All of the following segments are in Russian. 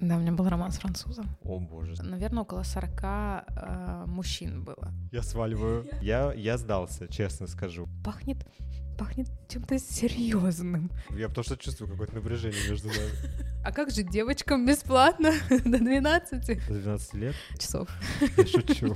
Да, у меня был роман с французом. О, боже. Наверное, около 40 мужчин было. Я сваливаю. Я сдался, честно скажу. Пахнет чем-то серьезным. Я потому что чувствую какое-то напряжение между нами. А как же девочкам бесплатно до 12 До 12 лет? часов? Я шучу.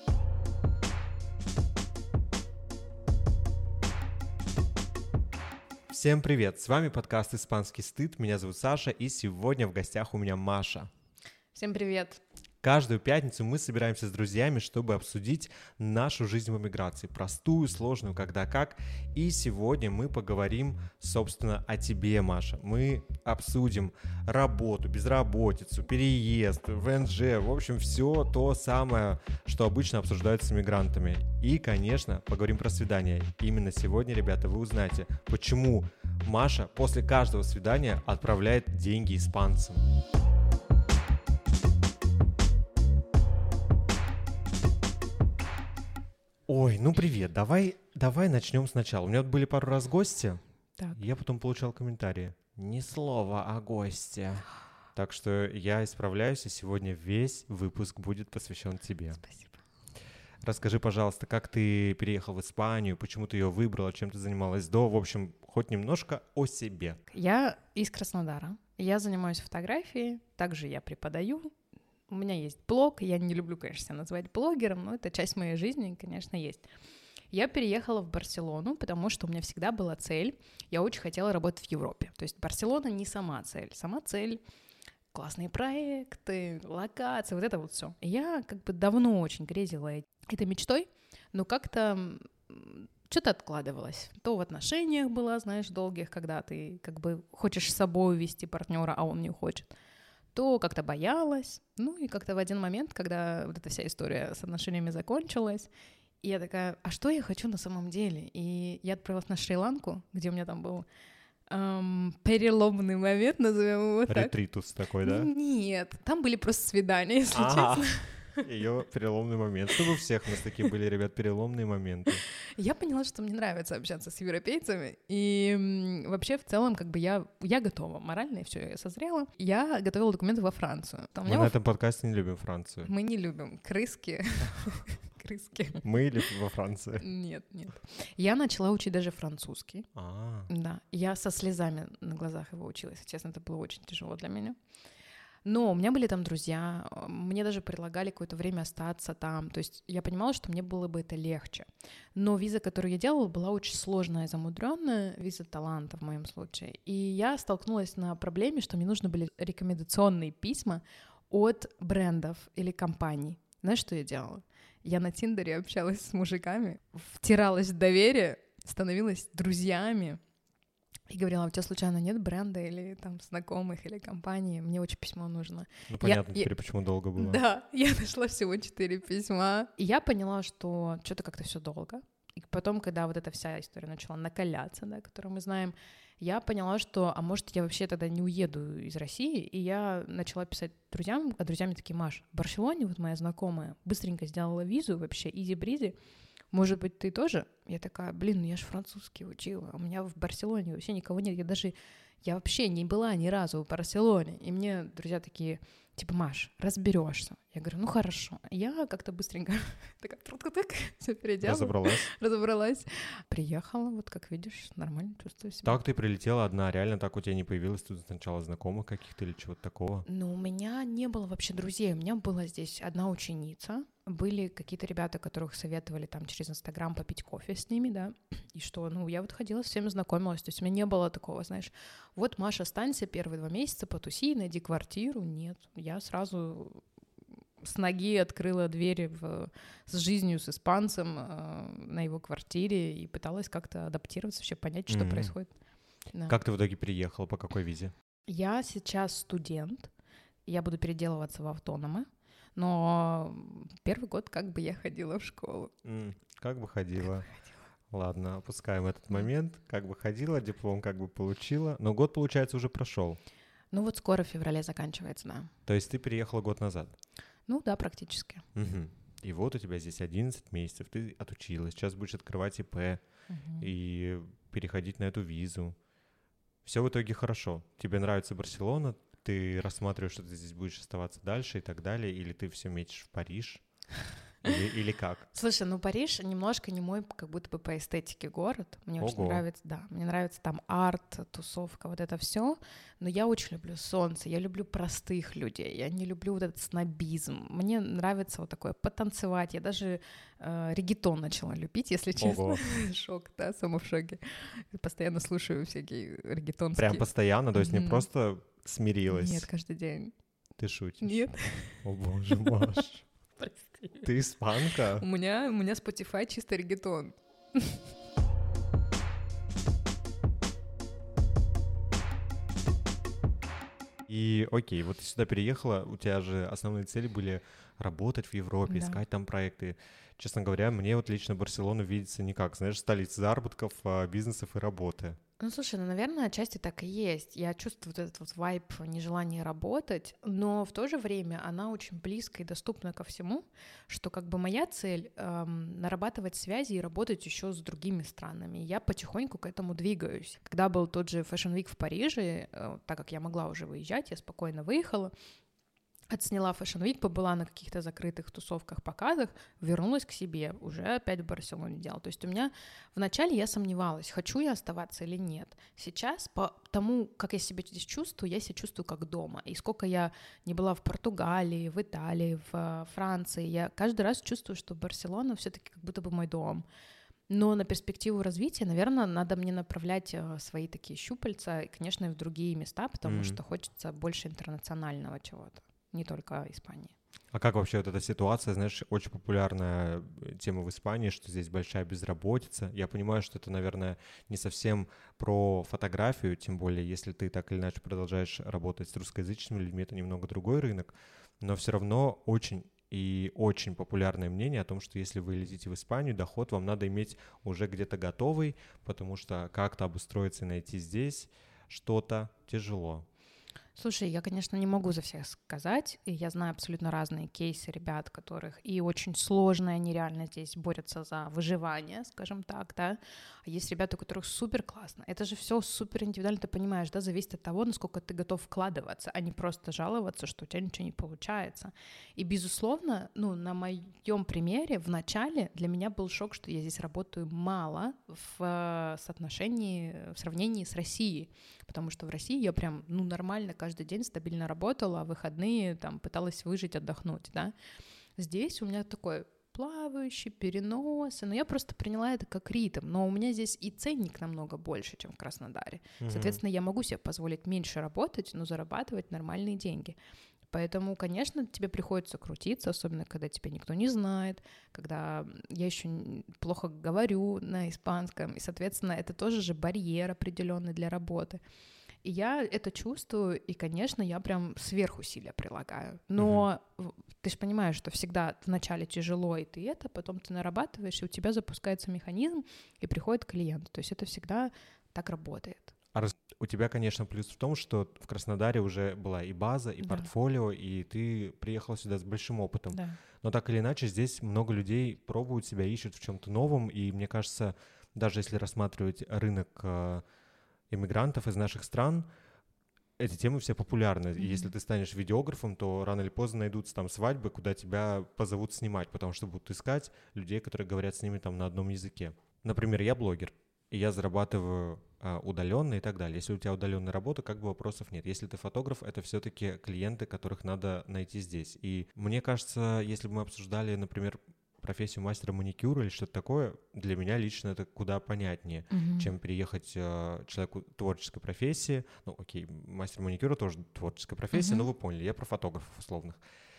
Всем привет! С вами подкаст «Испанский стыд». Меня зовут Саша, и сегодня в гостях у меня Маша. Всем привет! Каждую пятницу мы собираемся с друзьями, чтобы обсудить нашу жизнь в эмиграции. Простую, сложную, когда как. И сегодня мы поговорим, собственно, о тебе, Маша. Мы обсудим работу, безработицу, переезд, ВНЖ. В общем, все то самое, что обычно обсуждают с эмигрантами. И, конечно, поговорим про свидания. Именно сегодня, ребята, вы узнаете, почему Маша после каждого свидания отправляет деньги испанцам. Ой, ну привет, давай начнем сначала. У меня вот были пару раз гости, Так. я потом получал комментарии. Ни слова о госте. Так что я исправляюсь, и сегодня весь выпуск будет посвящен тебе. Спасибо. Расскажи, пожалуйста, как ты переехал в Испанию, почему ты ее выбрала, чем ты занималась до, в общем, хоть немножко о себе. Я из Краснодара. Я занимаюсь фотографией, также я преподаю. У меня есть блог, я не люблю, конечно, себя называть блогером, но это часть моей жизни, конечно, есть. Я переехала в Барселону, потому что у меня всегда была цель, я очень хотела работать в Европе. То есть Барселона не сама цель — классные проекты, локации, вот это вот все. Я как бы давно очень грезила этой мечтой, но как-то что-то откладывалось. То в отношениях была, знаешь, долгих, когда ты как бы хочешь с собой вести партнера, а он не хочет, то как-то боялась. Ну и как-то в один момент, когда вот эта вся история с отношениями закончилась, и я такая, а что я хочу на самом деле? И я отправилась на Шри-Ланку, где у меня там был переломный момент, назовем его так. Ретритус такой, да? Нет, там были просто свидания, если честно. Ее переломный момент. Чтобы у всех у нас такие были, ребят, переломные моменты. Я поняла, что мне нравится общаться с европейцами, и вообще в целом как бы я готова морально, и все, я созрела. Я готовила документы во Францию. Мы на этом подкасте не любим Францию. Мы не любим крыски. Мы или во Франции? Нет. Я начала учить даже французский. А. Да, я со слезами на глазах его училась. Честно, это было очень тяжело для меня. Но у меня были там друзья, мне даже предлагали какое-то время остаться там, то есть я понимала, что мне было бы это легче. Но виза, которую я делала, была очень сложная и замудренная, виза таланта в моем случае. И я столкнулась на проблеме, что мне нужны были рекомендационные письма от брендов или компаний. Знаешь, что я делала? Я на Тиндере общалась с мужиками, втиралась в доверие, становилась друзьями, и говорила, а у тебя случайно нет бренда или там знакомых, или компании? Мне очень письмо нужно. Ну, понятно теперь, почему долго было. Да, я нашла всего 4 письма. И я поняла, что что-то как-то все долго. И потом, когда вот эта вся история начала накаляться, да, которую мы знаем, я поняла, что, а может, я вообще тогда не уеду из России, и я начала писать друзьям, а друзья мне такие, Маш, в Барселоне вот моя знакомая быстренько сделала визу, вообще изи-бризи, может быть, ты тоже? Я такая, блин, ну я же французский учила, у меня в Барселоне вообще никого нет, я вообще не была ни разу в Барселоне. И мне друзья такие, типа, Маш, разберешься. Я говорю, ну хорошо. Я как-то быстренько такая, все переделала. Разобралась. Приехала, вот как видишь, нормально чувствую себя. Так ты прилетела одна, реально так у тебя не появилось тут сначала знакомых каких-то или чего-то такого? Ну, у меня не было вообще друзей. У меня была здесь одна ученица. Были какие-то ребята, которых советовали там через Инстаграм попить кофе с ними, да, и что, ну, я вот ходила, с всеми знакомилась, то есть у меня не было такого, знаешь, вот, Маша, останься первые 2 месяца, потуси, найди квартиру, нет, я сразу с ноги открыла двери с жизнью, с испанцем на его квартире и пыталась как-то адаптироваться, вообще понять, что происходит. Да. Как ты в итоге приехала, по какой визе? Я сейчас студент, я буду переделываться в автономы, но первый год как бы я ходила в школу. Как бы ходила. Ладно, опускаем этот момент. Как бы ходила, диплом как бы получила. Но год, получается, уже прошел. Ну вот скоро в феврале заканчивается, да. То есть ты переехала год назад? Ну да, практически. Угу. И вот у тебя здесь 11 месяцев, ты отучилась. Сейчас будешь открывать ИП и переходить на эту визу. Все в итоге хорошо. Тебе нравится Барселона? ты рассматриваешь, что ты здесь будешь оставаться дальше и так далее, или ты все метишь в Париж? Или как? Слушай, ну Париж немножко не мой, как будто бы по эстетике город. Мне очень Ого. нравится, да, мне нравится там арт, тусовка, вот это все. Но я очень люблю солнце, я люблю простых людей, я не люблю вот этот снобизм. Мне нравится вот такое потанцевать. Я даже реггетон начала любить, если честно. Ого. Шок, да, сама в шоке. Постоянно слушаю всякие реггетонские. Прям постоянно, то есть не просто смирилась? Нет, каждый день. Ты шутишь? Нет. О боже, Маш. Прости. Ты испанка? У меня Spotify чисто реггетон. И окей, вот ты сюда переехала, у тебя же основные цели были работать в Европе, Да. искать там проекты. Честно говоря, мне вот лично Барселона видится не как, знаешь, столица заработков, бизнесов и работы. Ну, слушай, ну, наверное, отчасти так и есть. Я чувствую вот этот вот вайб нежелания работать, но в то же время она очень близко и доступна ко всему, что как бы моя цель нарабатывать связи и работать еще с другими странами. Я потихоньку к этому двигаюсь. Когда был тот же Fashion Week в Париже, так как я могла уже выезжать, я спокойно выехала, отсняла Fashion Week, побыла на каких-то закрытых тусовках, показах, вернулась к себе, уже опять в Барселоне делала. То есть у меня вначале я сомневалась, хочу я оставаться или нет. Сейчас по тому, как я себя здесь чувствую, я себя чувствую как дома. И сколько я не была в Португалии, в Италии, в Франции, я каждый раз чувствую, что Барселона все-таки как будто бы мой дом. Но на перспективу развития, наверное, надо мне направлять свои такие щупальца, и, конечно, и в другие места, потому что хочется больше интернационального чего-то. Не только Испании. А как вообще вот эта ситуация, знаешь, очень популярная тема в Испании, что здесь большая безработица. Я понимаю, что это, наверное, не совсем про фотографию, тем более, если ты так или иначе продолжаешь работать с русскоязычными людьми, это немного другой рынок, но все равно очень и очень популярное мнение о том, что если вы летите в Испанию, доход вам надо иметь уже где-то готовый, потому что как-то обустроиться и найти здесь что-то тяжело. Слушай, я, конечно, не могу за всех сказать, и я знаю абсолютно разные кейсы ребят, которых и очень сложно, они реально здесь борются за выживание, скажем так, да, а есть ребята, у которых супер классно. Это же все супер индивидуально, ты понимаешь, да, зависит от того, насколько ты готов вкладываться, а не просто жаловаться, что у тебя ничего не получается. И, безусловно, ну, на моем примере в начале для меня был шок, что я здесь работаю мало в соотношении, в сравнении с Россией, потому что в России я прям, ну, нормально каждый день стабильно работала, а выходные там пыталась выжить, отдохнуть, да. Здесь у меня такой плавающий, переносы, но я просто приняла это как ритм, но у меня здесь и ценник намного больше, чем в Краснодаре. Соответственно, я могу себе позволить меньше работать, но зарабатывать нормальные деньги. Поэтому, конечно, тебе приходится крутиться, особенно когда тебя никто не знает, когда я еще плохо говорю на испанском, и, соответственно, это тоже же барьер определенный для работы. И я это чувствую, и, конечно, я прям сверхусилия прилагаю. Но ты же понимаешь, что всегда вначале тяжело, и ты это, потом ты нарабатываешь, и у тебя запускается механизм, и приходит клиент. То есть это всегда так работает. У тебя, конечно, плюс в том, что в Краснодаре уже была и база, и портфолио, и ты приехала сюда с большим опытом. Да. Но так или иначе, здесь много людей пробуют себя, ищут в чем-то новом, и мне кажется, даже если рассматривать рынок иммигрантов из наших стран, эти темы все популярны. И если ты станешь видеографом, то рано или поздно найдутся там свадьбы, куда тебя позовут снимать, потому что будут искать людей, которые говорят с ними там на одном языке. Например, я блогер, и я зарабатываю удаленно и так далее. Если у тебя удаленная работа, как бы вопросов нет. Если ты фотограф, это все-таки клиенты, которых надо найти здесь. И мне кажется, если бы мы обсуждали, например, профессию мастера маникюра или что-то такое, для меня лично это куда понятнее, чем переехать человеку творческой профессии. Ну, окей, мастер маникюра тоже творческая профессия, но вы поняли, я про фотографов условных.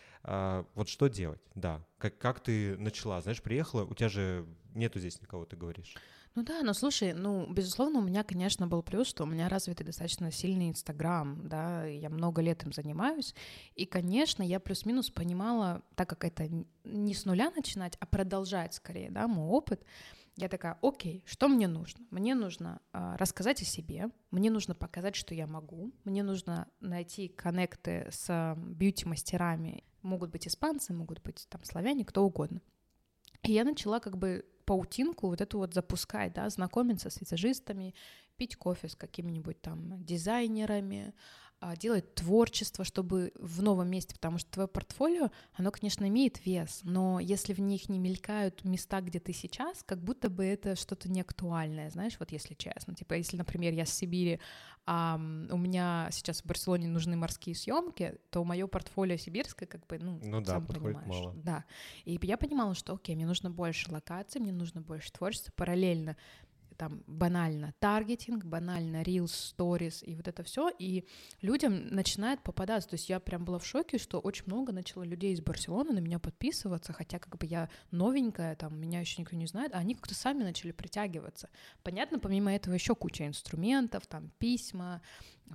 Вот что делать, да. Как ты начала? Знаешь, приехала, у тебя же нету здесь никого, ты говоришь. Ну да, но слушай, безусловно, у меня, конечно, был плюс, что у меня развитый достаточно сильный Инстаграм, да, я много лет им занимаюсь, и, конечно, я плюс-минус понимала, так как это не с нуля начинать, а продолжать скорее, да, мой опыт, я такая, окей, что мне нужно? Мне нужно рассказать о себе, мне нужно показать, что я могу, мне нужно найти коннекты с бьюти-мастерами, могут быть испанцы, могут быть там славяне, кто угодно. И я начала как бы паутинку вот эту вот запускать, да, знакомиться с визажистами, пить кофе с какими-нибудь там дизайнерами, делать творчество, чтобы в новом месте, потому что твое портфолио, оно, конечно, имеет вес, но если в них не мелькают места, где ты сейчас, как будто бы это что-то неактуальное, знаешь, вот если честно. Типа, если, например, я с Сибири, у меня сейчас в Барселоне нужны морские съемки, то мое портфолио сибирское, как бы, да, сам подходит понимаешь. мало. Да. И я понимала, что, окей, мне нужно больше локаций, мне нужно больше творчества, параллельно там банально таргетинг, банально Reels, Stories и вот это все, и людям начинает попадаться. То есть я прям была в шоке, что очень много начало людей из Барселоны на меня подписываться, хотя как бы я новенькая, там меня еще никто не знает, а они как-то сами начали притягиваться. Понятно, помимо этого еще куча инструментов, там письма,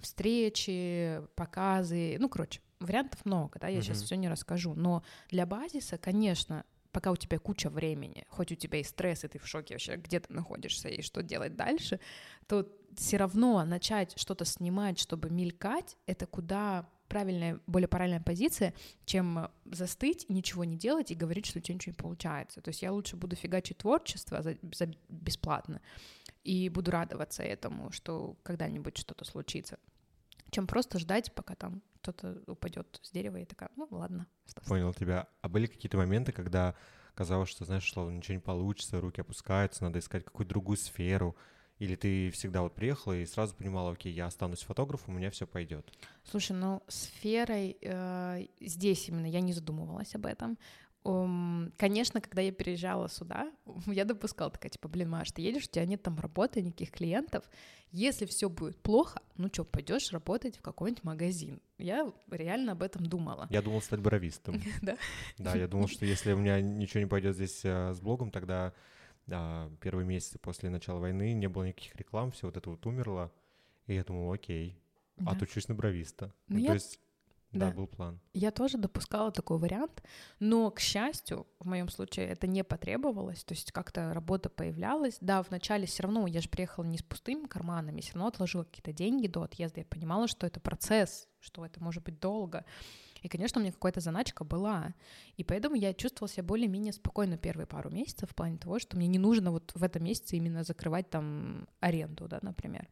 встречи, показы, короче, вариантов много, да, я сейчас все не расскажу, но для базиса, конечно, пока у тебя куча времени, хоть у тебя и стресс, и ты в шоке вообще, где ты находишься и что делать дальше, то все равно начать что-то снимать, чтобы мелькать, это куда более правильная позиция, чем застыть, ничего не делать и говорить, что у тебя ничего не получается. То есть я лучше буду фигачить творчество за бесплатно и буду радоваться этому, что когда-нибудь что-то случится, чем просто ждать, пока там кто-то упадет с дерева и такая, ладно. Понял тебя. А были какие-то моменты, когда казалось, что, знаешь, словно ничего не получится, руки опускаются, надо искать какую-то другую сферу? Или ты всегда вот приехала и сразу понимала, окей, я останусь фотографом, у меня все пойдет? Слушай, сферой здесь именно я не задумывалась об этом. Конечно, когда я переезжала сюда, я допускала такая, типа, Маш, ты едешь, у тебя нет там работы, никаких клиентов. Если все будет плохо, пойдешь работать в какой-нибудь магазин. Я реально об этом думала. Я думал стать бровистом. Да? Да, я думал, что если у меня ничего не пойдет здесь с блогом, тогда первые месяцы после начала войны не было никаких реклам, все вот это вот умерло. И я думал, окей, отучусь на бровиста. То есть... Да, был план. Я тоже допускала такой вариант, но, к счастью, в моем случае это не потребовалось, то есть как-то работа появлялась. Да, вначале все равно я же приехала не с пустыми карманами, все равно отложила какие-то деньги до отъезда, я понимала, что это процесс, что это может быть долго. И, конечно, у меня какая-то заначка была, и поэтому я чувствовала себя более-менее спокойно первые пару месяцев в плане того, что мне не нужно вот в этом месяце именно закрывать там аренду, да, например.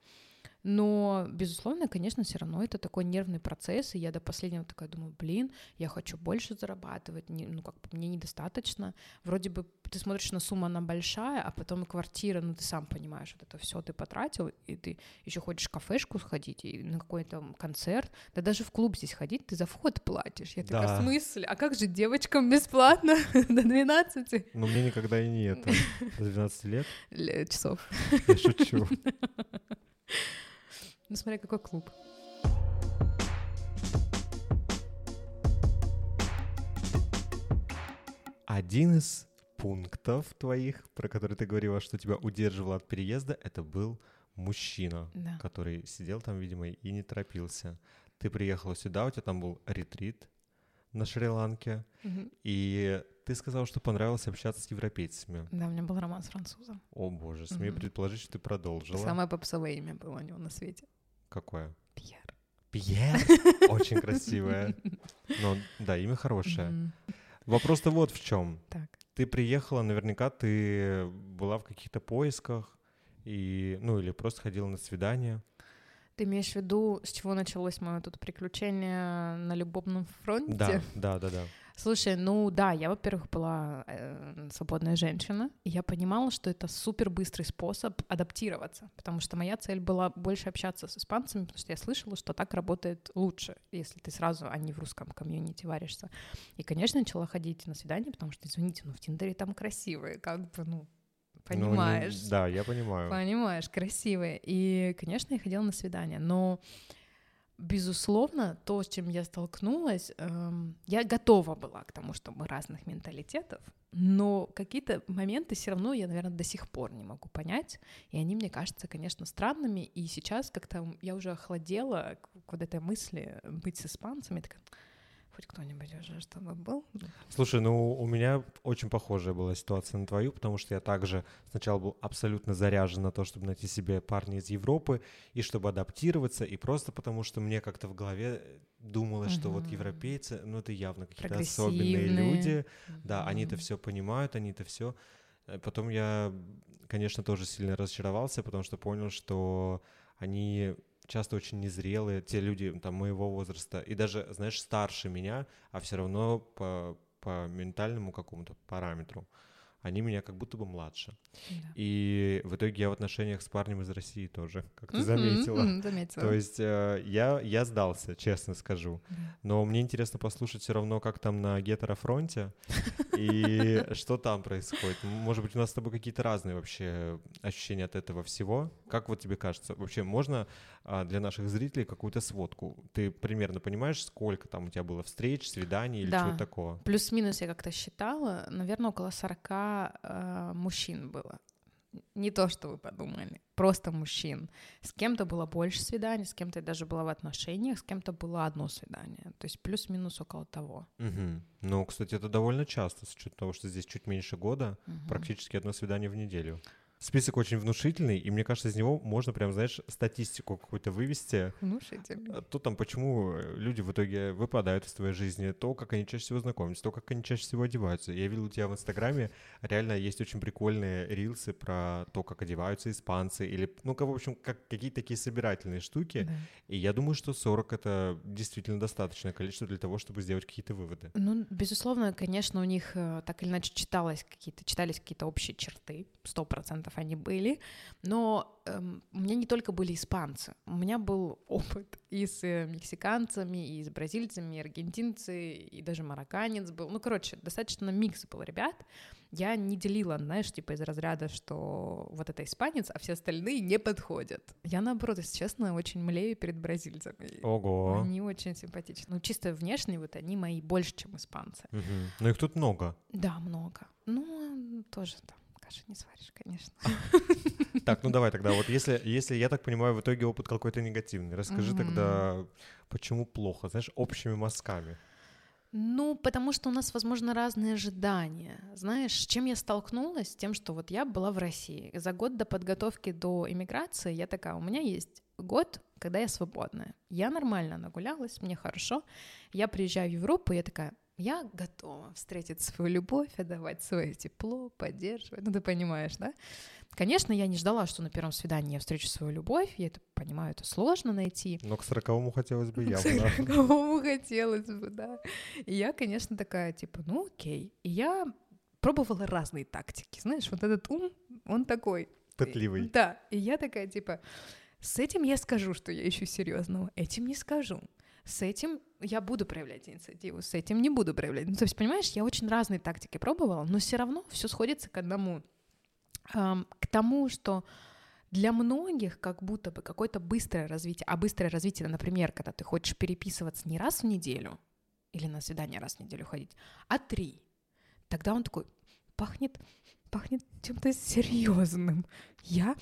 Но, безусловно, конечно, все равно это такой нервный процесс, и я до последнего такая думаю, я хочу больше зарабатывать, мне недостаточно. Вроде бы ты смотришь на сумму, она большая, а потом квартира, ты сам понимаешь, вот это все ты потратил, и ты еще хочешь в кафешку сходить, и на какой-то концерт, да даже в клуб здесь ходить, ты за вход платишь. Я такая, в смысле? А как же девочкам бесплатно до 12? Мне никогда и не это. До 12 лет? Часов. Я шучу. Смотри, какой клуб. Один из пунктов твоих, про который ты говорила, что тебя удерживало от переезда, это был мужчина, который сидел там, видимо, и не торопился. Ты приехала сюда, у тебя там был ретрит на Шри-Ланке, и ты сказала, что понравилось общаться с европейцами. Да, у меня был роман с французом. О боже, смею предположить, что ты продолжила. Самое попсовое имя было у него на свете. Какое? Пьер. Пьер? Очень красивое. Но да, имя хорошее. Вопрос-то вот в чем. Так. Ты приехала, наверняка ты была в каких-то поисках, или просто ходила на свидание. Ты имеешь в виду, с чего началось мое тут приключение на любовном фронте? Да. Слушай, я, во-первых, была свободная женщина, и я понимала, что это супер быстрый способ адаптироваться, потому что моя цель была больше общаться с испанцами, потому что я слышала, что так работает лучше, если ты сразу, а не в русском комьюнити варишься. И, конечно, начала ходить на свидания, потому что, извините, в Тиндере там красивые, понимаешь. Да, я понимаю. Понимаешь, красивые. И, конечно, я ходила на свидания, но... Безусловно, то, с чем я столкнулась, я готова была к тому, что мы разных менталитетов, но какие-то моменты все равно я, наверное, до сих пор не могу понять, и они мне кажутся, конечно, странными, и сейчас как-то я уже охладела к вот этой мысли быть с испанцами, такая, хоть кто-нибудь уже чтобы был. Слушай, у меня очень похожая была ситуация на твою, потому что я также сначала был абсолютно заряжен на то, чтобы найти себе парня из Европы, и чтобы адаптироваться, и просто потому что мне как-то в голове думалось, что вот европейцы, это явно какие-то особенные люди, да, они это все понимают, они это все. Потом я, конечно, тоже сильно разочаровался, потому что понял, что они часто очень незрелые, те люди там моего возраста, и даже, знаешь, старше меня, а все равно по ментальному какому-то параметру они меня как будто бы младше. Да. И в итоге я в отношениях с парнем из России тоже, как ты заметила. Заметила. То есть я сдался, честно скажу. Но мне интересно послушать все равно, как там на гетерофронте и что там происходит. Может быть, у нас с тобой какие-то разные вообще ощущения от этого всего. Как вот тебе кажется? Вообще можно для наших зрителей какую-то сводку? Ты примерно понимаешь, сколько там у тебя было встреч, свиданий или чего-то такого? Плюс-минус я как-то считала, наверное, около 40 мужчин было. Не то, что вы подумали, просто мужчин. С кем-то было больше свиданий, с кем-то я даже была в отношениях, с кем-то было одно свидание. То есть плюс-минус около того. Угу. Ну, кстати, это довольно часто, с учетом того, что здесь чуть меньше года, практически одно свидание в неделю. Список очень внушительный, и мне кажется, из него можно прям, знаешь, статистику какую-то вывести. Внушительный. То там, почему люди в итоге выпадают из твоей жизни, то, как они чаще всего знакомятся, то, как они чаще всего одеваются. Я видел у тебя в Инстаграме, реально есть очень прикольные рилсы про то, как одеваются испанцы, или, ну, в общем, как какие-то такие собирательные штуки. Да. И я думаю, что 40 — это действительно достаточное количество для того, чтобы сделать какие-то выводы. Ну, безусловно, конечно, у них так или иначе читались какие-то общие черты, 100% они были, но у меня не только были испанцы, у меня был опыт и с мексиканцами, и с бразильцами, и аргентинцы, и даже марокканец был, ну, короче, достаточно микс был ребят. Я не делила, знаешь, типа из разряда, что вот это испанец, а все остальные не подходят. Я, наоборот, если честно, очень млею перед бразильцами. Ого. Они очень симпатичны. Ну, чисто внешне вот они мои больше, чем испанцы. Угу. Но их тут много. Да, много. Ну, тоже там каши не сваришь, конечно. Так, ну давай тогда, вот если я так понимаю, в итоге опыт какой-то негативный, расскажи тогда, почему плохо, знаешь, общими мазками. Ну, потому что у нас, возможно, разные ожидания. Знаешь, с чем я столкнулась? С тем, что вот я была в России. За год до подготовки до иммиграции я такая, у меня есть год, когда я свободная. Я нормально нагулялась, мне хорошо. Я приезжаю в Европу, и я такая, я готова встретить свою любовь, отдавать свое тепло, поддерживать. Ну, ты понимаешь, да? Конечно, я не ждала, что на первом свидании я встречу свою любовь. Я это понимаю, это сложно найти. Но к 40-му хотелось бы явно. К 40-му хотелось бы, да. И я, конечно, такая, типа, ну окей. И я пробовала разные тактики. Знаешь, вот этот ум, он такой. Пытливый. Да. И я такая, типа, с этим я скажу, что я ищу серьезного, этим не скажу. С этим я буду проявлять инициативу, с этим не буду проявлять. Ну, то есть, понимаешь, я очень разные тактики пробовала, но все равно все сходится к одному. К тому, что для многих как будто бы какое-то быстрое развитие, а быстрое развитие, например, когда ты хочешь переписываться не раз в неделю или на свидание раз в неделю ходить, а 3, тогда он такой, пахнет чем-то серьезным. Я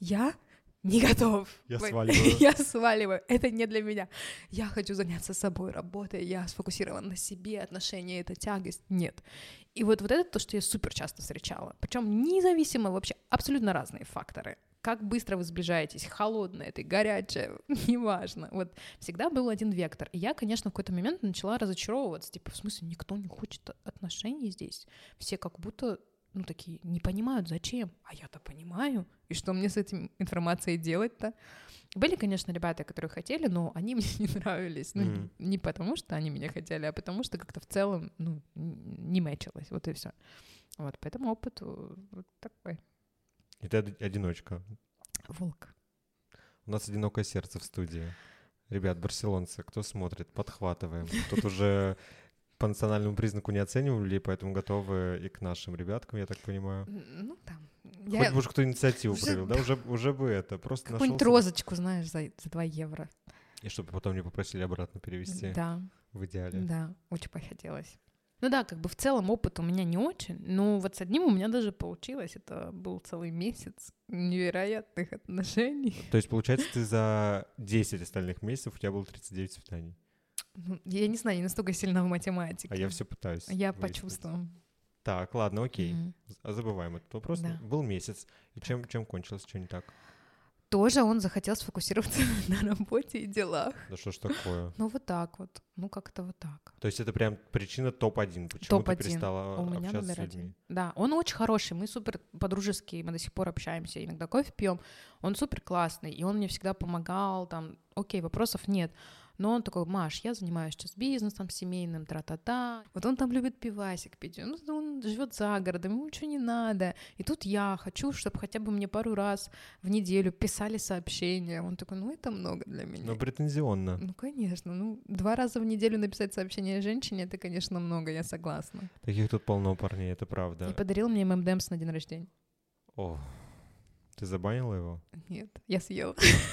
не готов. Я сваливаю. Я сваливаю. Это не для меня. Я хочу заняться собой, работой. Я сфокусирован на себе, отношения — это тягость. Нет. И вот это то, что я супер часто встречала. Причем независимо вообще абсолютно разные факторы. Как быстро вы сближаетесь, холодное ты, горячее, неважно. Вот всегда был один вектор. И я, конечно, в какой-то момент начала разочаровываться. Типа, в смысле, никто не хочет отношений здесь. Все как будто... ну, такие, не понимают, зачем, а я-то понимаю, и что мне с этим информацией делать-то? Были, конечно, ребята, которые хотели, но они мне не нравились, ну, не потому, что они меня хотели, а потому, что как-то в целом, ну, не мэчилось, вот и все. Вот, поэтому опыт вот такой. И ты одиночка. Волк. У нас одинокое сердце в студии. Ребят, барселонцы, кто смотрит, подхватываем. Тут уже... по национальному признаку не оценивали, поэтому готовы и к нашим ребяткам, я так понимаю. Ну, там. Хоть бы уже кто инициативу проявил, да? Уже бы это, просто нашел... Какую-нибудь розочку, знаешь, за 2 евро. И чтобы потом не попросили обратно перевести. Да. В идеале. Да, очень хотелось. Ну да, как бы в целом опыт у меня не очень, но вот с одним у меня даже получилось. Это был целый месяц невероятных отношений. То есть, получается, ты за 10 остальных месяцев у тебя было 39 свиданий? Я не знаю, не настолько сильна в математике. А я все пытаюсь. Я по чувствам. Так, ладно, окей. Забываем этот вопрос. Да. Был месяц. И чем кончилось? Что не так? тоже он захотел сфокусироваться на работе и делах. Да что ж такое? Ну вот так вот, ну как-то вот так. То есть это прям причина топ-1, почему ты Топ-1 перестала у меня общаться с номер людьми? 1. Да, он очень хороший, мы супер по-дружески, мы до сих пор общаемся, иногда кофе пьем. Он супер классный, и он мне всегда помогал, там, окей, вопросов нет. Но он такой: Маш, я занимаюсь сейчас бизнесом семейным, тра-та-та. Вот он там любит пивасик пить, он живет за городом, ему ничего не надо. И тут я хочу, чтобы хотя бы мне пару раз в неделю писали сообщения. Он такой: ну это много для меня. Ну, претензионно. Ну, конечно, 2 раза в неделю написать сообщение женщине, это, конечно, много, я согласна. Таких тут полно парней, это правда. И подарил мне ММДМС на день рождения. О, ты забанила его? Нет, я съела.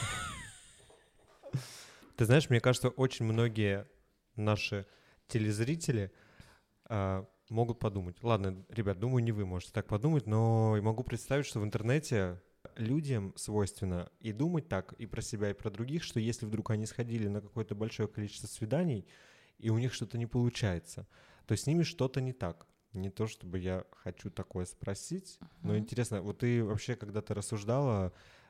Ты знаешь, мне кажется, очень многие наши телезрители могут подумать. Ладно, ребят, думаю, не вы можете так подумать, но я могу представить, что в интернете людям свойственно и думать так, и про себя, и про других, что если вдруг они сходили на какое-то большое количество свиданий, и у них что-то не получается, то с ними что-то не так. Не то, чтобы я хочу такое спросить, но интересно, вот ты вообще когда-то рассуждала,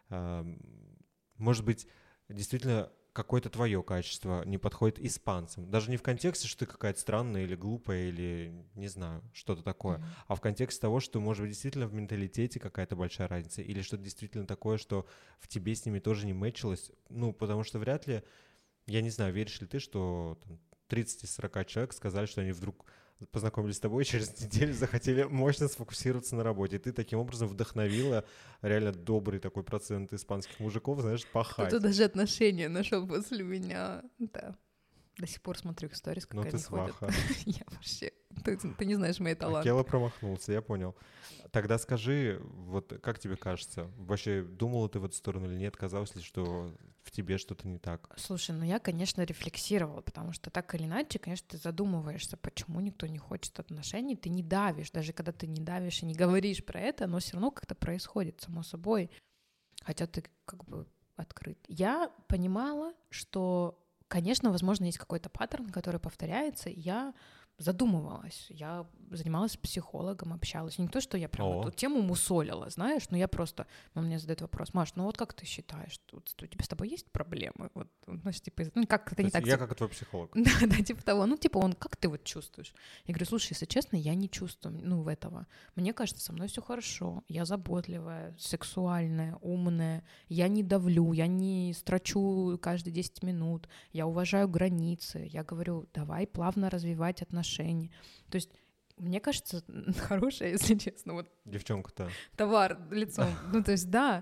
может быть, действительно какое-то твое качество не подходит испанцам. Даже не в контексте, что ты какая-то странная или глупая, или, не знаю, что-то такое, а в контексте того, что, может быть, действительно в менталитете какая-то большая разница, или что-то действительно такое, что в тебе с ними тоже не мэчилось. Ну, потому что вряд ли, я не знаю, веришь ли ты, что 30 из 40 человек сказали, что они вдруг познакомились с тобой и через неделю захотели мощно сфокусироваться на работе. И ты таким образом вдохновила реально добрый такой процент испанских мужиков, знаешь, пахать. Кто-то даже отношения нашел после меня. Да. До сих пор смотрю их сторис, как Ну они ты ходят. сваха. Я вообще... Ты не знаешь мои таланты. Акела промахнулся, я понял. Тогда скажи, вот как тебе кажется, вообще думала ты в эту сторону или нет? Казалось ли, что в тебе что-то не так? Слушай, ну я, конечно, рефлексировала, потому что так или иначе, конечно, ты задумываешься, почему никто не хочет отношений, ты не давишь, даже когда ты не давишь и не говоришь про это, оно все равно как-то происходит само собой, хотя ты как бы открыт. Я понимала, что, конечно, возможно, есть какой-то паттерн, который повторяется, и я задумывалась, я занималась с психологом, общалась. Не то, что я прям эту тему мусолила, знаешь, но я просто... Он мне задает вопрос: Маш, ну вот как ты считаешь, у тебя с тобой есть проблемы? Вот, значит, типа, ну как это не так... Я как твой психолог. Да, типа того. Ну, типа, он, как ты вот чувствуешь? Я говорю: слушай, если честно, я не чувствую, ну, этого. Мне кажется, со мной все хорошо. Я заботливая, сексуальная, умная. Я не давлю, я не строчу каждые 10 минут. Я уважаю границы. Я говорю: давай плавно развивать отношения. То есть, мне кажется, хорошая, если честно, вот девчонка-то. Товар лицом. Ну, то есть, да.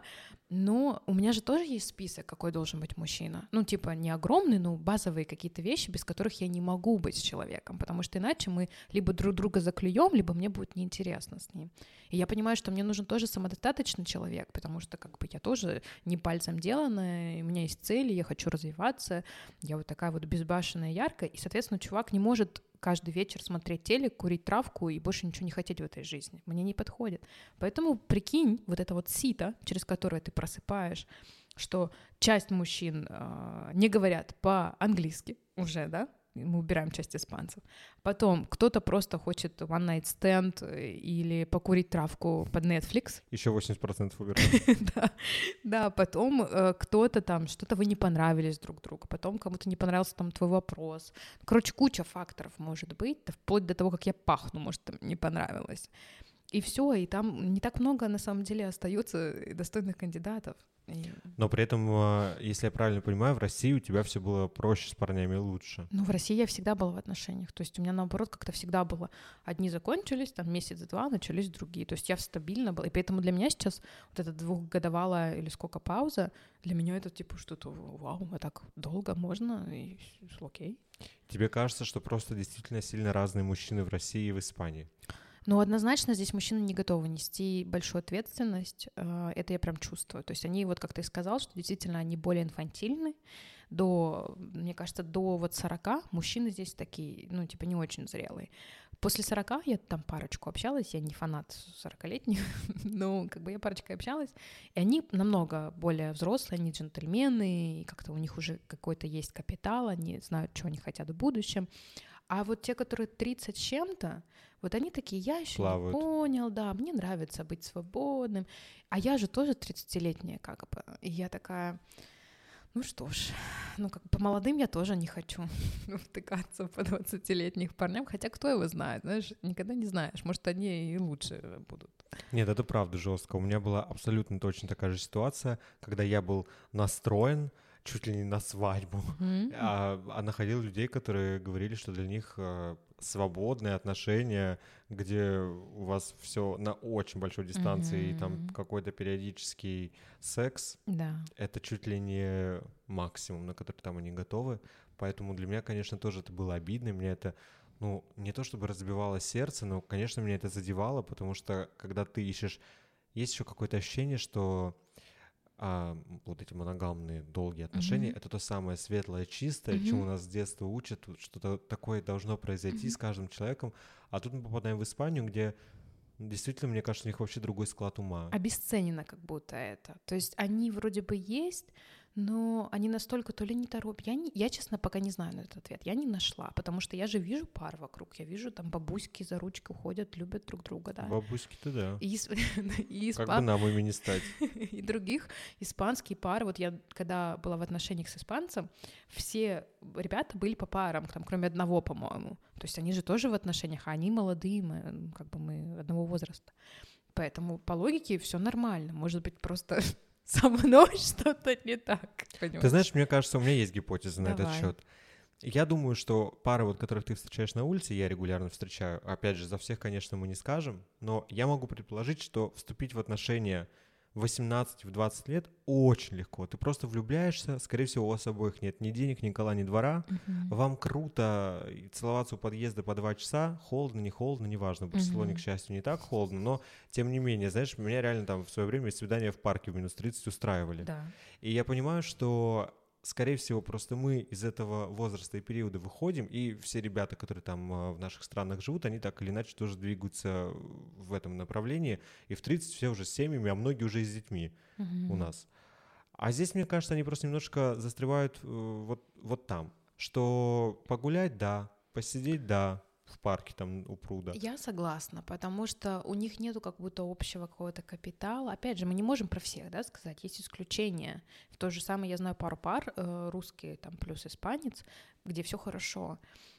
Но у меня же тоже есть список, какой должен быть мужчина. Ну, типа, не огромный, но базовые какие-то вещи, без которых я не могу быть с человеком, потому что иначе мы либо друг друга заклюем, либо мне будет неинтересно с ним. И я понимаю, что мне нужен тоже самодостаточный человек, потому что как бы я тоже не пальцем деланная, у меня есть цели, я хочу развиваться, я вот такая вот безбашенная, яркая, и, соответственно, чувак не может каждый вечер смотреть телек, курить травку и больше ничего не хотеть в этой жизни. Мне не подходит. Поэтому прикинь, вот это вот сито, через которое ты просыпаешь, что часть мужчин не говорят по-английски уже, да? Мы убираем часть испанцев. Потом кто-то просто хочет one night stand или покурить травку под Netflix. Еще 80% убираем. Да, потом кто-то там, что-то вы не понравились друг другу, потом кому-то не понравился там твой вопрос. Короче, куча факторов может быть, вплоть до того, как я пахну, может, там не понравилось. И все, и там не так много, на самом деле, остается достойных кандидатов. Но при этом, если я правильно понимаю, в России у тебя все было проще с парнями, лучше. Ну, в России я всегда была в отношениях. То есть у меня, наоборот, как-то всегда было. Одни закончились, там месяц-два, начались другие. То есть я стабильно была. И поэтому для меня сейчас вот эта 2-годовалая или сколько пауза, для меня это типа что-то, вау, а так долго можно, и окей. Тебе кажется, что просто действительно сильно разные мужчины в России и в Испании? Ну, однозначно здесь мужчины не готовы нести большую ответственность, это я прям чувствую. То есть они, вот как ты сказал, что действительно они более инфантильны, мне кажется, до вот 40 мужчины здесь такие, ну, типа не очень зрелые. После 40 я там парочку общалась, я не фанат 40-летних, но как бы я парочкой общалась, и они намного более взрослые, они джентльмены, и как-то у них уже какой-то есть капитал, они знают, что они хотят в будущем. А вот те, которые 30 с чем-то, вот они такие, я еще Плавают. не понял, да, мне нравится быть свободным. А я же тоже 30-летняя как бы. И я такая, ну что ж, ну как бы по молодым я тоже не хочу втыкаться по 20-летних парням, хотя кто его знает, знаешь, никогда не знаешь, может, они и лучше будут. Нет, это правда жестко. У меня была абсолютно точно такая же ситуация, когда я был настроен чуть ли не на свадьбу, а находил людей, которые говорили, что для них свободные отношения, где у вас все на очень большой дистанции, и там какой-то периодический секс, Да. это чуть ли не максимум, на который там они готовы. Поэтому для меня, конечно, тоже это было обидно, и мне это, ну, не то чтобы разбивало сердце, но, конечно, меня это задевало, потому что, когда ты ищешь, есть еще какое-то ощущение, что вот эти моногамные долгие отношения — это то самое светлое, чистое, чему нас с детства учат, что-то такое должно произойти с каждым человеком, а тут мы попадаем в Испанию, где действительно, мне кажется, у них вообще другой склад ума. Обесценено как будто это. То есть они вроде бы есть, но они настолько то ли не торопят. Я, честно, пока не знаю на этот ответ. Я не нашла, потому что я же вижу пар вокруг. Я вижу, там бабуськи за ручку ходят, любят друг друга, да. Бабуськи-то да. И Как бы нам ими не стать. И других испанские пары. Вот я, когда была в отношениях с испанцем, все ребята были по парам, там, кроме одного, по-моему. То есть они же тоже в отношениях, а они молодые, мы одного возраста. Поэтому по логике все нормально. Может быть, просто со мной что-то не так. Понимаешь? Ты знаешь, мне кажется, у меня есть гипотеза на этот Давай. счет. Я думаю, что пары, вот, которых ты встречаешь на улице, я регулярно встречаю, опять же, за всех, конечно, мы не скажем, но я могу предположить, что вступить в отношения в 18-20 лет очень легко. Ты просто влюбляешься, скорее всего, у вас обоих нет ни денег, ни кола, ни двора. Вам круто целоваться у подъезда по 2 часа, холодно, не холодно, неважно. В Барселоне, к счастью, не так холодно, но тем не менее, знаешь, меня реально там в свое время свидания в парке в минус 30 устраивали. Да. И я понимаю, что, скорее всего, просто мы из этого возраста и периода выходим, и все ребята, которые там в наших странах живут, они так или иначе тоже двигаются в этом направлении, и в 30 все уже с семьями, а многие уже и с детьми у нас. А здесь, мне кажется, они просто немножко застревают вот там, что погулять, да, посидеть, да, в парке там у пруда. Я согласна, потому что у них нету как будто общего какого-то капитала. Опять же, мы не можем про всех, да, сказать, есть исключения. В то же самое я знаю пару пар, русские там плюс испанец, где все хорошо.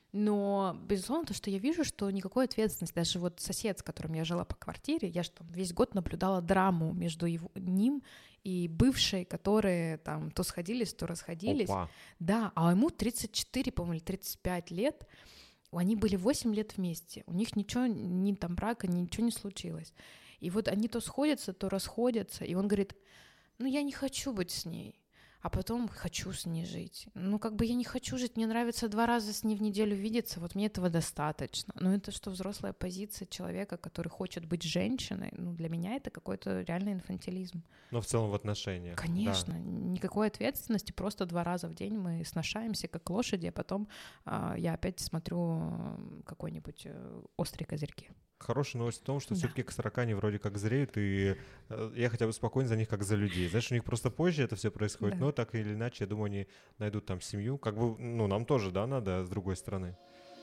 Но, безусловно, то, что я вижу, что никакой ответственности, даже вот сосед, с которым я жила по квартире, я же там весь год наблюдала драму между ним и бывшей, которые там то сходились, то расходились. Опа. Да, а ему 34, по-моему, или 35 лет. Они были 8 лет вместе, у них ничего, ни там брака, ничего не случилось. И вот они то сходятся, то расходятся, и он говорит, ну я не хочу быть с ней, а потом хочу с ней жить. Ну как бы я не хочу жить, мне нравится 2 раза с ней в неделю видеться, вот мне этого достаточно. Но это что, взрослая позиция человека, который хочет быть женщиной, ну для меня это какой-то реальный инфантилизм. Но в целом в отношениях. Конечно, Да. никакой ответственности, просто 2 раза в день мы сношаемся как лошади, а потом я опять смотрю какой-нибудь «Острые козырьки». Хорошая новость в том, что Да. все-таки к 40 они вроде как зреют, и я хотя бы спокоен за них, как за людей. Знаешь, у них просто позже это все происходит, Да. но так или иначе, я думаю, они найдут там семью. Как бы, ну, нам тоже, да, надо, с другой стороны.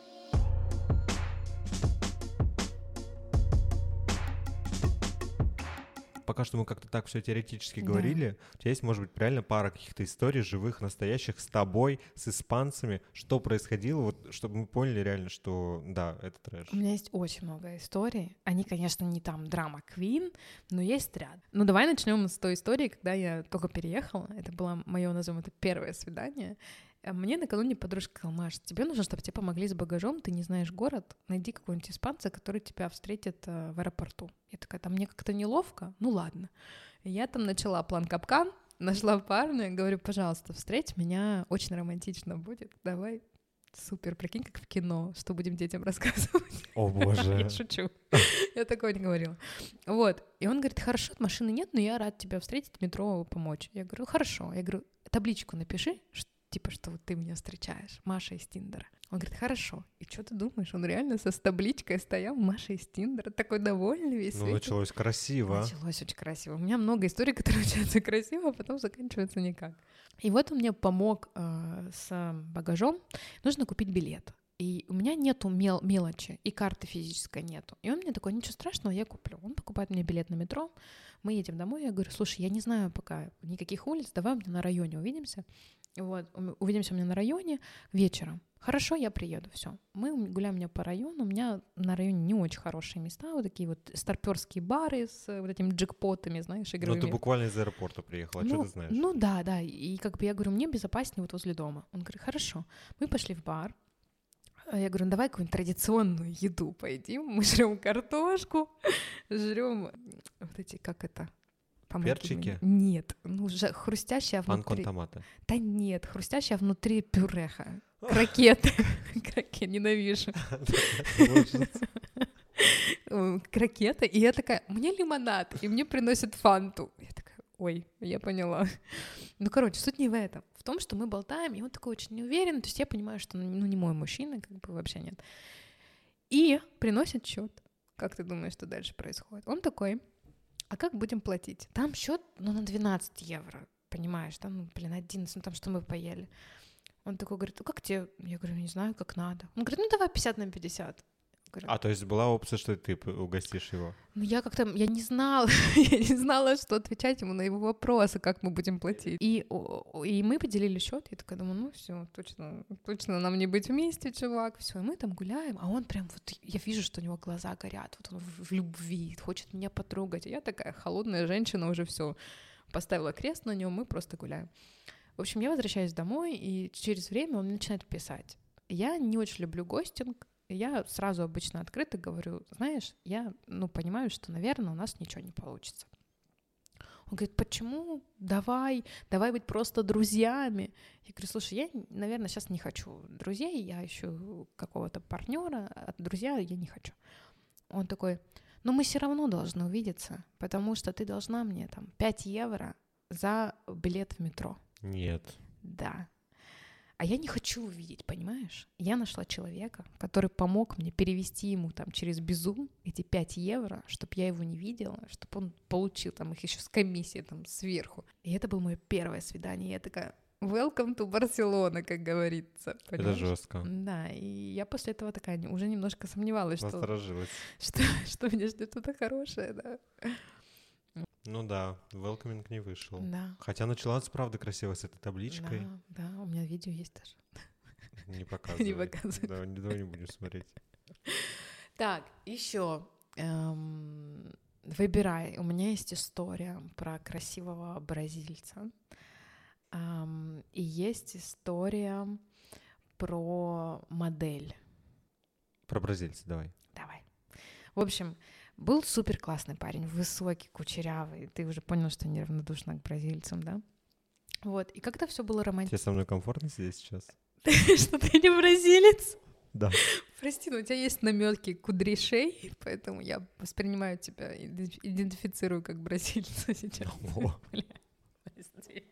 Пока что мы как-то так все теоретически Да. говорили. У тебя есть, может быть, реально пара каких-то историй живых, настоящих, с тобой, с испанцами, что происходило, вот, чтобы мы поняли реально, что да, это трэш. У меня есть очень много историй. Они, конечно, не там драма Квин, но есть ряд. Ну, давай начнем с той истории, когда я только переехала. Это было мое, назовем это, первое свидание. Мне накануне подружка сказала: Маш, тебе нужно, чтобы тебе помогли с багажом, ты не знаешь город, найди какого-нибудь испанца, который тебя встретит в аэропорту. Я такая, там мне как-то неловко, ну ладно. И я там начала план капкан, нашла парня, говорю, пожалуйста, встреть меня, очень романтично будет, давай. Супер, прикинь, как в кино, что будем детям рассказывать. О боже. Я шучу, я такого не говорила. Вот, и он говорит, хорошо, машины нет, но я рад тебя встретить в метро, помочь. Я говорю, хорошо. Я говорю, табличку напиши, типа, что вот ты меня встречаешь, Маша из Тиндера. Он говорит, хорошо. И что ты думаешь? Он реально с табличкой стоял, Маша из Тиндера, такой довольный весь. Ну, началось красиво. Началось очень красиво. У меня много историй, которые начинаются красиво, а потом заканчиваются никак. И вот он мне помог с багажом. Нужно купить билет. и у меня нету мелочи, и карты физической нету. И он мне такой: ничего страшного, я куплю. Он покупает мне билет на метро, мы едем домой, я говорю: слушай, я не знаю пока никаких улиц, давай у меня на районе увидимся. Вот, увидимся у меня на районе вечером. Хорошо, я приеду, все. Мы гуляем у меня по району, у меня на районе не очень хорошие места, вот такие вот старпёрские бары с вот этими джекпотами, знаешь, игровыми. Ну, ты буквально из аэропорта приехала, что ты знаешь? Ну да, и как бы я говорю, мне безопаснее вот возле дома. Он говорит: хорошо. Мы пошли в бар. Я говорю: ну давай какую-нибудь традиционную еду поедим. Мы жрем картошку, жрем вот эти, как это? Перчики? Нет, ну хрустящая внутри. Пан кон томате. Да нет, хрустящая внутри пюреха. Крокеты. Крокеты, ненавижу. Крокеты. И я такая: мне лимонад. И мне приносят фанту. Я такая: ой, я поняла. Ну, короче, суть не в этом. В том, что мы болтаем, и он такой очень неуверенный. То есть я понимаю, что ну, не мой мужчина, как бы вообще нет. И приносит счет. Как ты думаешь, что дальше происходит? Он такой: а как будем платить? Там счет, ну, на 12 евро, понимаешь? Там, ну, 11, ну, там что мы поели. Он такой говорит: ну, как тебе? Я говорю: не знаю, как надо. Он говорит: ну, давай 50/50. А, то есть была опция, что ты угостишь его? Ну, я не знала, что отвечать ему на его вопросы, как мы будем платить. И мы поделили счет. Я такая думаю: ну все, точно нам не быть вместе, чувак. Все, и мы там гуляем, а он прям вот, я вижу, что у него глаза горят, вот он в любви, хочет меня потрогать. А я такая холодная женщина, уже все, поставила крест на нем, мы просто гуляем. В общем, я возвращаюсь домой, и через время он начинает писать. Я не очень люблю гостинг. Я сразу обычно открыто говорю: знаешь, я, понимаю, что, наверное, у нас ничего не получится. Он говорит: почему? Давай быть просто друзьями. Я говорю: слушай, я, наверное, сейчас не хочу друзей, я ищу какого-то партнера, а друзья я не хочу. Он такой: но мы все равно должны увидеться, потому что ты должна мне там 5 евро за билет в метро. Нет. Да. А я не хочу увидеть, понимаешь? Я нашла человека, который помог мне перевести ему там через Безум эти 5 евро, чтобы я его не видела, чтобы он получил там их еще с комиссией там сверху. И это было мое первое свидание. Я такая: welcome to Barcelona, как говорится. Понимаешь? Это жестко. Да, и я после этого такая уже немножко сомневалась, Насторожилась. что меня ждет что-то хорошее, да. Ну да, welcoming не вышел. Да. Хотя началась, правда, красиво с этой табличкой. Да, у меня видео есть даже. Не показывай. Не показывай. Да, давай не будем смотреть. Так, еще выбирай. У меня есть история про красивого бразильца. И есть история про модель. Про бразильца давай. Давай. В общем, был супер классный парень, высокий, кучерявый. Ты уже понял, что неравнодушна к бразильцам, да? Вот. И как-то все было романтично. Тебе со мной комфортно сидеть сейчас? Что ты не бразилец? Да. Прости, но у тебя есть намётки кудряшей, поэтому я воспринимаю тебя, идентифицирую как бразильца сейчас. Прости.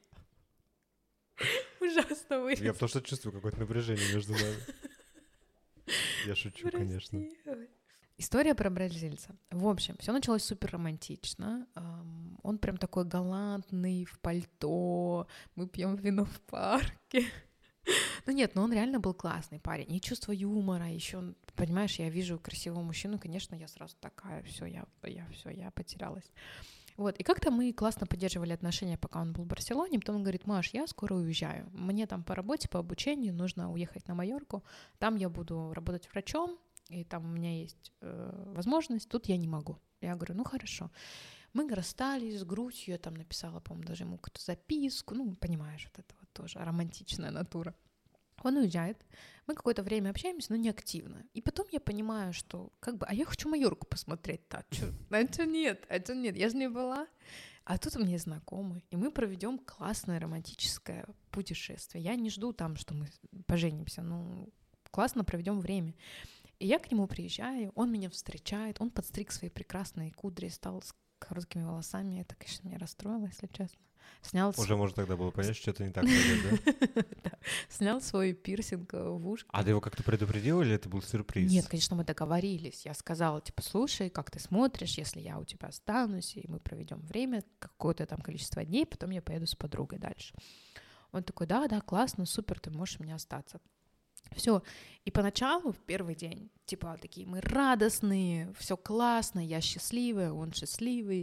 Ужасно вышло. Я потому что чувствую какое-то напряжение между нами. Я шучу, конечно. История про бразильца. В общем, все началось супер романтично. Он прям такой галантный, в пальто. Мы пьем вино в парке. Ну нет, он реально был классный парень. И чувство юмора, еще, понимаешь, я вижу красивого мужчину, конечно, я сразу такая: все, я потерялась. Вот, и как-то мы классно поддерживали отношения, пока он был в Барселоне. Потом он говорит: Маш, я скоро уезжаю. Мне там по работе, по обучению нужно уехать на Майорку. Там я буду работать врачом, и там у меня есть возможность, тут я не могу. Я говорю: ну хорошо. Мы расстались с грустью, я там написала, по-моему, даже ему какую-то записку, понимаешь, вот это вот тоже романтичная натура. Он уезжает, мы какое-то время общаемся, но не активно. И потом я понимаю, что а я хочу Майорку посмотреть-то, а чё нет, я же не была. А тут у меня знакомый, и мы проведем классное романтическое путешествие. Я не жду там, что мы поженимся, классно проведем время. И я к нему приезжаю, он меня встречает, он подстриг свои прекрасные кудри, стал с короткими волосами. Это, конечно, меня расстроило, если честно. Уже можно тогда было понять, что что-то не так пойдет, да? Снял свой пирсинг в ушко. А ты его как-то предупредил или это был сюрприз? Нет, конечно, мы договорились. Я сказала, слушай, как ты смотришь, если я у тебя останусь, и мы проведем время, какое-то там количество дней, потом я поеду с подругой дальше. Он такой: да, классно, супер, ты можешь у меня остаться. Все. И поначалу, в первый день, типа, такие мы радостные, все классно, я счастливая, он счастливый.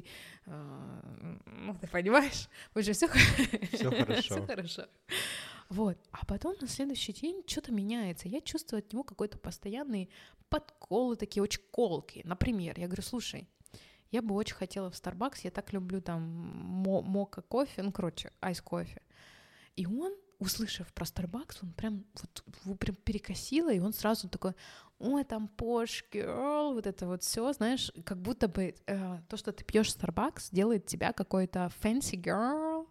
Ну, ты понимаешь? Уже все хорошо. хорошо. Вот. А потом на следующий день что-то меняется. Я чувствую от него какой-то постоянный подколы, такие очень колкие. Например, я говорю, слушай, я бы очень хотела в Starbucks, я так люблю там мока кофе, ну, короче, айс-кофе. И он, услышав про Starbucks, он прям, вот, его прям перекосило, и он сразу такой, ой, там posh girl, вот это вот все, знаешь, как будто бы то, что ты пьешь Starbucks, делает тебя какой-то fancy girl,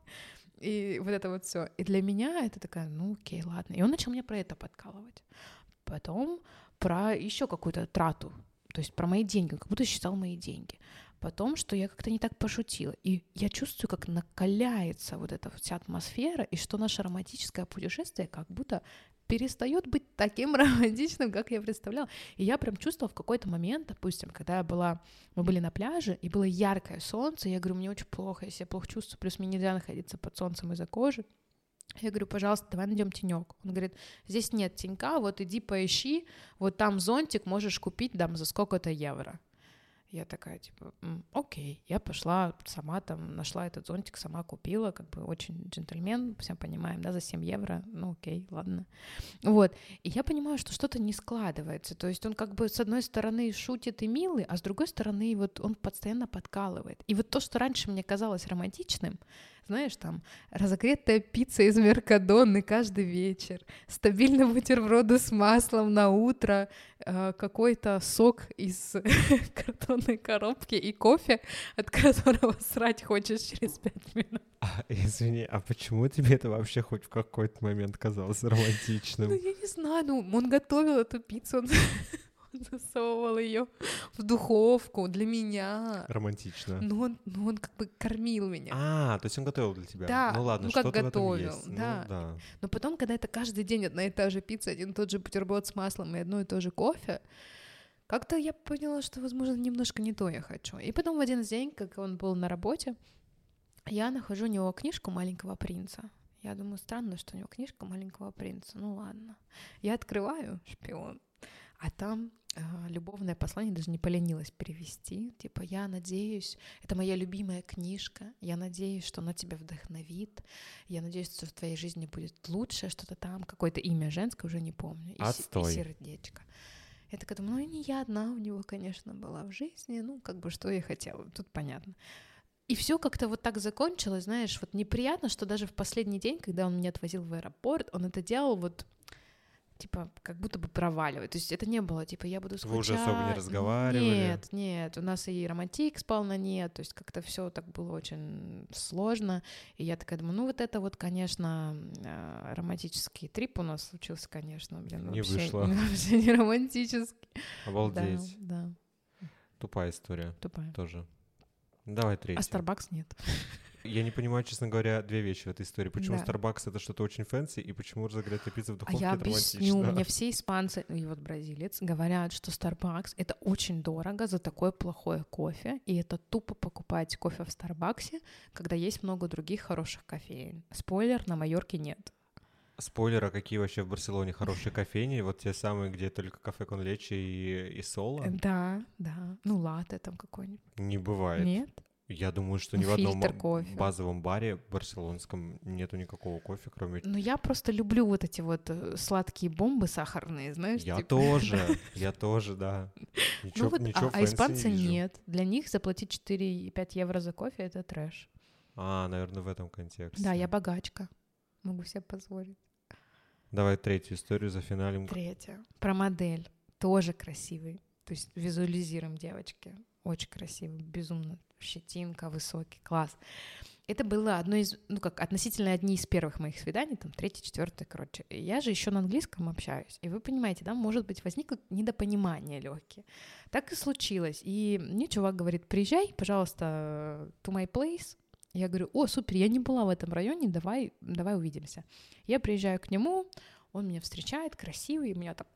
и вот это вот все. И для меня это такая, ну окей, ладно. И он начал мне про это подкалывать. Потом про еще какую-то трату, то есть про мои деньги, как будто считал мои деньги. Потом, что я как-то не так пошутила. И я чувствую, как накаляется вот эта вся атмосфера, и что наше романтическое путешествие как будто перестает быть таким романтичным, как я представляла. И я прям чувствовала в какой-то момент, допустим, когда мы были на пляже, и было яркое солнце, я говорю, мне очень плохо, я себя плохо чувствую, плюс мне нельзя находиться под солнцем из-за кожи. Я говорю, пожалуйста, давай найдем тенек. Он говорит, здесь нет тенька, вот иди поищи, вот там зонтик можешь купить там за сколько-то евро. Я такая, типа, окей. Я пошла сама там, нашла этот зонтик, сама купила, как бы очень джентльмен, все понимаем, да, за 7 евро, ну окей, ладно. Вот, и я понимаю, что что-то не складывается, то есть он как бы с одной стороны шутит и милый, а с другой стороны вот он постоянно подкалывает. И вот то, что раньше мне казалось романтичным, знаешь, там, разогретая пицца из Меркадоны каждый вечер, стабильные бутерброды с маслом на утро, какой-то сок из картонной коробки и кофе, от которого срать хочешь через 5 минут. Извини, а почему тебе это вообще хоть в какой-то момент казалось романтичным? Ну, я не знаю, ну, он готовил эту пиццу, он засовывал ее в духовку для меня. Романтично. Ну, он как бы кормил меня. То есть он готовил для тебя? Да, Ну ладно, ну как что-то готовил, в этом есть. да. Ну да. Но потом, когда это каждый день одна и та же пицца, один и тот же бутерброд с маслом и одно и то же кофе, как-то я поняла, что, возможно, немножко не то я хочу. И потом в один день, как он был на работе, я нахожу у него книжку «Маленького принца». Я думаю, странно, что у него книжка «Маленького принца». Ну ладно. Я открываю «Шпион», а там любовное послание, даже не поленилась перевести. Типа, я надеюсь, это моя любимая книжка, я надеюсь, что она тебя вдохновит, я надеюсь, что в твоей жизни будет лучше, что-то там, какое-то имя женское, уже не помню. И сердечко. Я такая думаю, ну, не я одна у него, конечно, была в жизни, ну, как бы, что я хотела, тут понятно. И все как-то вот так закончилось, знаешь, вот неприятно, что даже в последний день, когда он меня отвозил в аэропорт, он это делал вот, типа, как будто бы проваливает. То есть это не было, типа, я буду скучать. Вы уже особо не разговаривали? Нет, у нас и романтик спал на нет, то есть как-то все так было очень сложно. И я такая думаю, ну вот это вот, конечно, романтический трип у нас случился, конечно, блин. Не вообще, вышло. Вообще не романтический. Обалдеть. Да. Тупая история. Тупая. Тоже. Давай третью. А Starbucks нет. Я не понимаю, честно говоря, две вещи в этой истории. Почему Да. Starbucks — это что-то очень фэнси, и почему разогретая пицца в А духовке — я это романтично? объясню, мне все испанцы, и вот бразилец, говорят, что Starbucks — это очень дорого за такое плохое кофе, и это тупо покупать кофе в Старбаксе, когда есть много других хороших кофеин. Спойлер, на Майорке нет. Спойлер, а какие вообще в Барселоне хорошие кофейни? Вот те самые, где только кафе кон лече и соло? Да. Ну, латте там какой-нибудь. Не бывает. Нет? Я думаю, что ни в одном кофе. базовом баре барселонском нету никакого кофе, кроме... Ну, я просто люблю вот эти вот сладкие бомбы сахарные, знаешь? Я типа. тоже, да. Ничего, Ну вот, ничего а фэнси испанцы не вижу. нет. Для них заплатить 4-5 евро за кофе — это трэш. Наверное, в этом контексте. Да, я богачка. Могу себе позволить. Давай третью историю за финалем. Третья. Про модель. Тоже красивый. То есть визуализируем, девочки. Очень красивый, безумно. Щетинка, высокий, класс. Это было одно из, относительно одни из первых моих свиданий, там, третье, четвертое, короче. И я же еще на английском общаюсь. И вы понимаете, да, может быть, возникло недопонимание легкие. Так и случилось. И мне чувак говорит, приезжай, пожалуйста, to my place. Я говорю, о, супер, я не была в этом районе, давай увидимся. Я приезжаю к нему, он меня встречает, красивый, у меня там...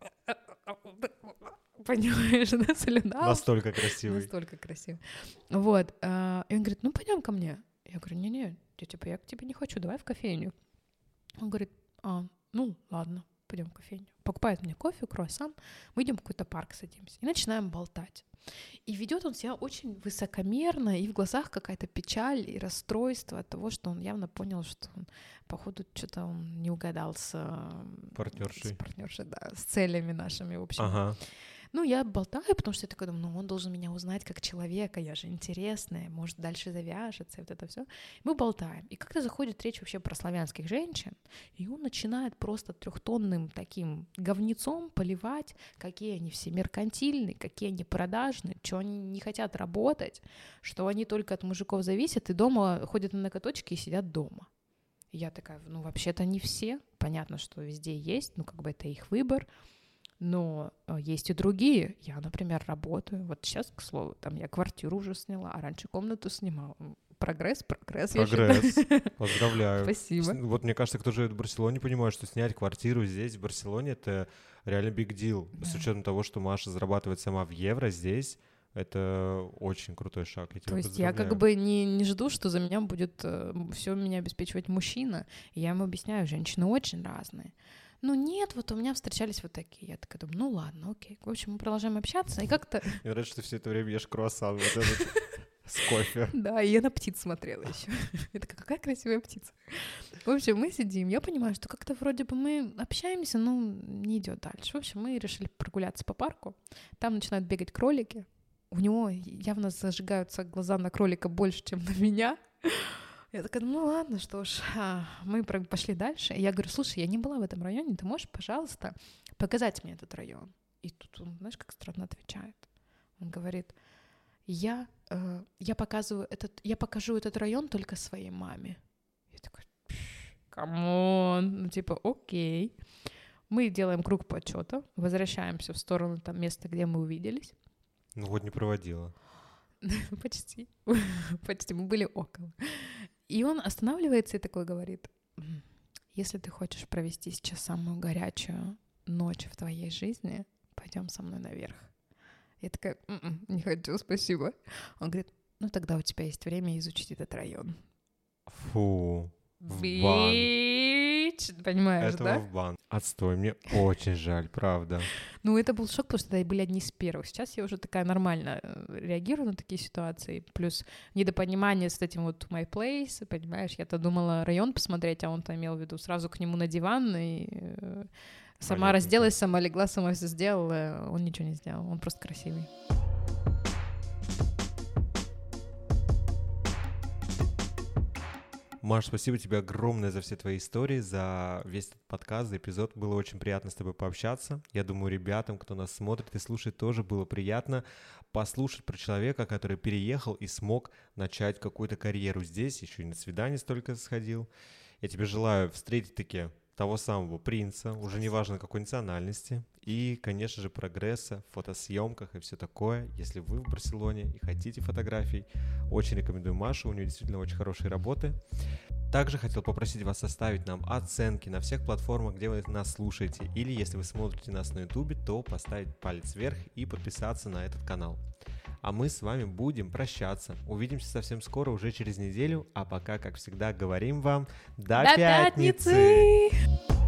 Понимаешь, да, слюна? Настолько красивый. Настолько красивый. Вот. И он говорит, ну, пойдем ко мне. Я говорю, не-не, я к тебе не хочу, давай в кофейню. Он говорит, ну, ладно. пойдем в кофейню. Покупает мне кофе, круассан, мы идем в какой-то парк, садимся и начинаем болтать. И ведет он себя очень высокомерно, и в глазах какая-то печаль и расстройство от того, что он явно понял, что он, походу, что-то он не угадал с партнершей, да, с целями нашими, в общем. Ага. Ну, я болтаю, потому что я такая думаю, он должен меня узнать как человека, я же интересная, может, дальше завяжется, и вот это все. Мы болтаем, и как-то заходит речь вообще про славянских женщин, и он начинает просто 3-тонным таким говнецом поливать, какие они все меркантильные, какие они продажные, что они не хотят работать, что они только от мужиков зависят, и дома ходят на ноготочки и сидят дома. И я такая, вообще-то не все, понятно, что везде есть, как бы это их выбор, но есть и другие. Я, например, работаю. Вот сейчас, к слову, там я квартиру уже сняла, а раньше комнату снимала. Прогресс. Поздравляю. Спасибо. Вот мне кажется, кто живет в Барселоне, понимает, что снять квартиру здесь, в Барселоне, это реально big deal. Да. С учетом того, что Маша зарабатывает сама в евро здесь, это очень крутой шаг. То есть я как бы не жду, что за меня будет все меня обеспечивать мужчина. И я ему объясняю, женщины очень разные. Нет, вот у меня встречались вот такие. Я такая думаю, ладно, окей. В общем, мы продолжаем общаться, и как-то... Мне нравится, что ты все это время ешь круассан вот этот с кофе. Да, и я на птиц смотрела еще. Я такая, какая красивая птица. В общем, мы сидим, я понимаю, что как-то вроде бы мы общаемся, но не идет дальше. В общем, мы решили прогуляться по парку. Там начинают бегать кролики. У него явно зажигаются глаза на кролика больше, чем на меня. Я такая, ладно, что ж, мы пошли дальше. И я говорю, слушай, я не была в этом районе, ты можешь, пожалуйста, показать мне этот район? И тут он, знаешь, как странно отвечает. Он говорит, я покажу этот район только своей маме. Я такая, камон, окей. Мы делаем круг почета, возвращаемся в сторону там места, где мы увиделись. Вот не проводила. Почти, мы были около. И он останавливается и такой говорит, если ты хочешь провести сейчас самую горячую ночь в твоей жизни, пойдем со мной наверх. Я такая, не хочу, спасибо. Он говорит, тогда у тебя есть время изучить этот район. Фу, понимаешь, этого да? в бан. Отстой, мне очень жаль, правда. Это был шок, потому что это были одни из первых. Сейчас я уже такая нормально реагирую на такие ситуации. Плюс недопонимание с этим вот My Place, понимаешь? Я-то думала район посмотреть, а он-то имел в виду сразу к нему на диван и сама разделась, сама легла, сама все сделала. Он ничего не сделал, он просто красивый. Маш, спасибо тебе огромное за все твои истории, за весь этот подкаст, за эпизод. Было очень приятно с тобой пообщаться. Я думаю, ребятам, кто нас смотрит и слушает, тоже было приятно послушать про человека, который переехал и смог начать какую-то карьеру здесь, еще и на свидание столько сходил. Я тебе желаю встретить таки того самого принца, уже неважно какой национальности, и, конечно же, прогресса в фотосъемках и все такое. Если вы в Барселоне и хотите фотографий, очень рекомендую Машу, у нее действительно очень хорошие работы. Также хотел попросить вас оставить нам оценки на всех платформах, где вы нас слушаете, или если вы смотрите нас на YouTube, то поставить палец вверх и подписаться на этот канал. А мы с вами будем прощаться. Увидимся совсем скоро, уже через неделю. А пока, как всегда, говорим вам до пятницы!